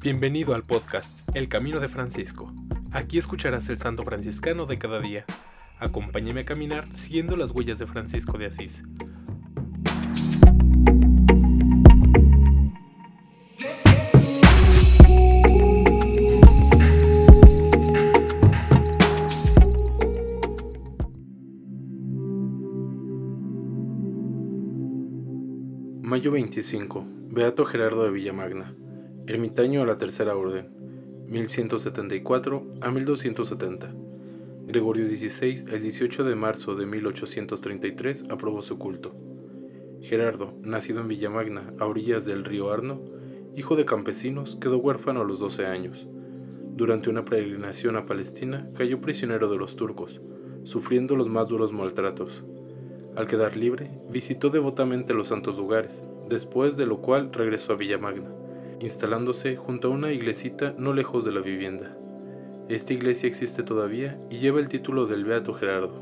Bienvenido al podcast El Camino de Francisco. Aquí escucharás el santo franciscano de cada día. Acompáñame a caminar siguiendo las huellas de Francisco de Asís. Mayo 25. Beato Gerardo de Villamagna, ermitaño a la Tercera Orden, 1174 a 1270. Gregorio XVI, el 18 de marzo de 1833, aprobó su culto. Gerardo, nacido en Villamagna, a orillas del río Arno, hijo de campesinos, quedó huérfano a los 12 años. Durante una peregrinación a Palestina, cayó prisionero de los turcos, sufriendo los más duros maltratos. Al quedar libre, visitó devotamente los santos lugares, después de lo cual regresó a Villamagna, instalándose junto a una iglesita no lejos de la vivienda. Esta iglesia existe todavía y lleva el título del Beato Gerardo.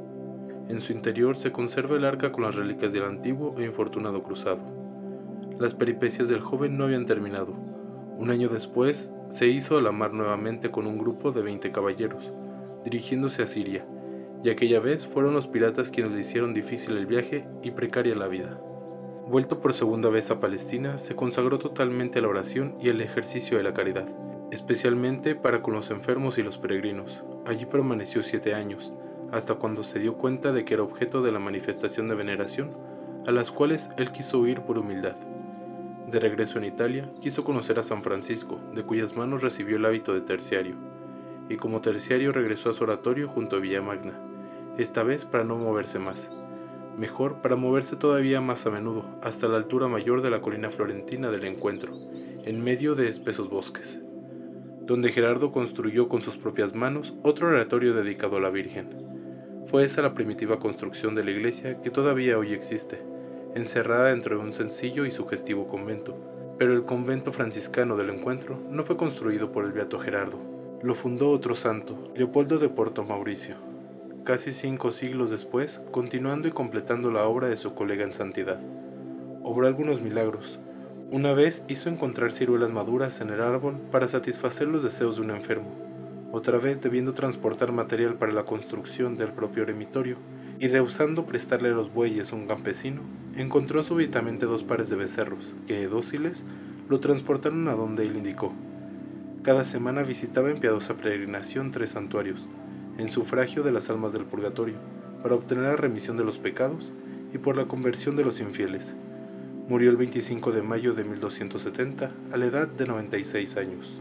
En su interior se conserva el arca con las reliquias del antiguo e infortunado cruzado. Las peripecias del joven no habían terminado. Un año después, se hizo a la mar nuevamente con un grupo de 20 caballeros, dirigiéndose a Siria, y aquella vez fueron los piratas quienes le hicieron difícil el viaje y precaria la vida. Vuelto por segunda vez a Palestina, se consagró totalmente a la oración y al ejercicio de la caridad, especialmente para con los enfermos y los peregrinos. Allí permaneció 7 años, hasta cuando se dio cuenta de que era objeto de la manifestación de veneración, a las cuales él quiso huir por humildad. De regreso en Italia, quiso conocer a San Francisco, de cuyas manos recibió el hábito de terciario, y como terciario regresó a su oratorio junto a Villamagna, esta vez para no moverse más. Mejor para moverse todavía más a menudo, hasta la altura mayor de la colina florentina del Encuentro, en medio de espesos bosques, donde Gerardo construyó con sus propias manos otro oratorio dedicado a la Virgen. Fue esa la primitiva construcción de la iglesia que todavía hoy existe, encerrada dentro de un sencillo y sugestivo convento, pero el convento franciscano del Encuentro no fue construido por el Beato Gerardo. Lo fundó otro santo, Leopoldo de Porto Mauricio, casi 5 siglos después, continuando y completando la obra de su colega en santidad. Obró algunos milagros. Una vez hizo encontrar ciruelas maduras en el árbol para satisfacer los deseos de un enfermo. Otra vez, debiendo transportar material para la construcción del propio eremitorio y rehusando prestarle los bueyes a un campesino, encontró súbitamente 2 pares de becerros que, dóciles, lo transportaron a donde él indicó. Cada semana visitaba en piadosa peregrinación 3 santuarios, en sufragio de las almas del purgatorio, para obtener la remisión de los pecados y por la conversión de los infieles. Murió el 25 de mayo de 1270, a la edad de 96 años.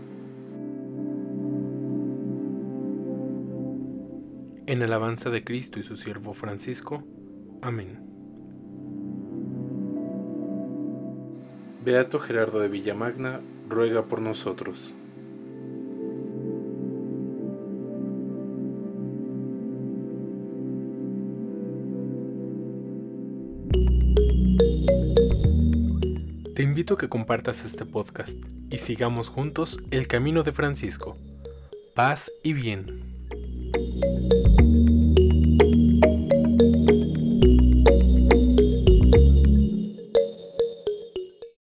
En alabanza de Cristo y su siervo Francisco. Amén. Beato Gerardo de Villamagna, ruega por nosotros. Te invito a que compartas este podcast y sigamos juntos el camino de Francisco. Paz y bien.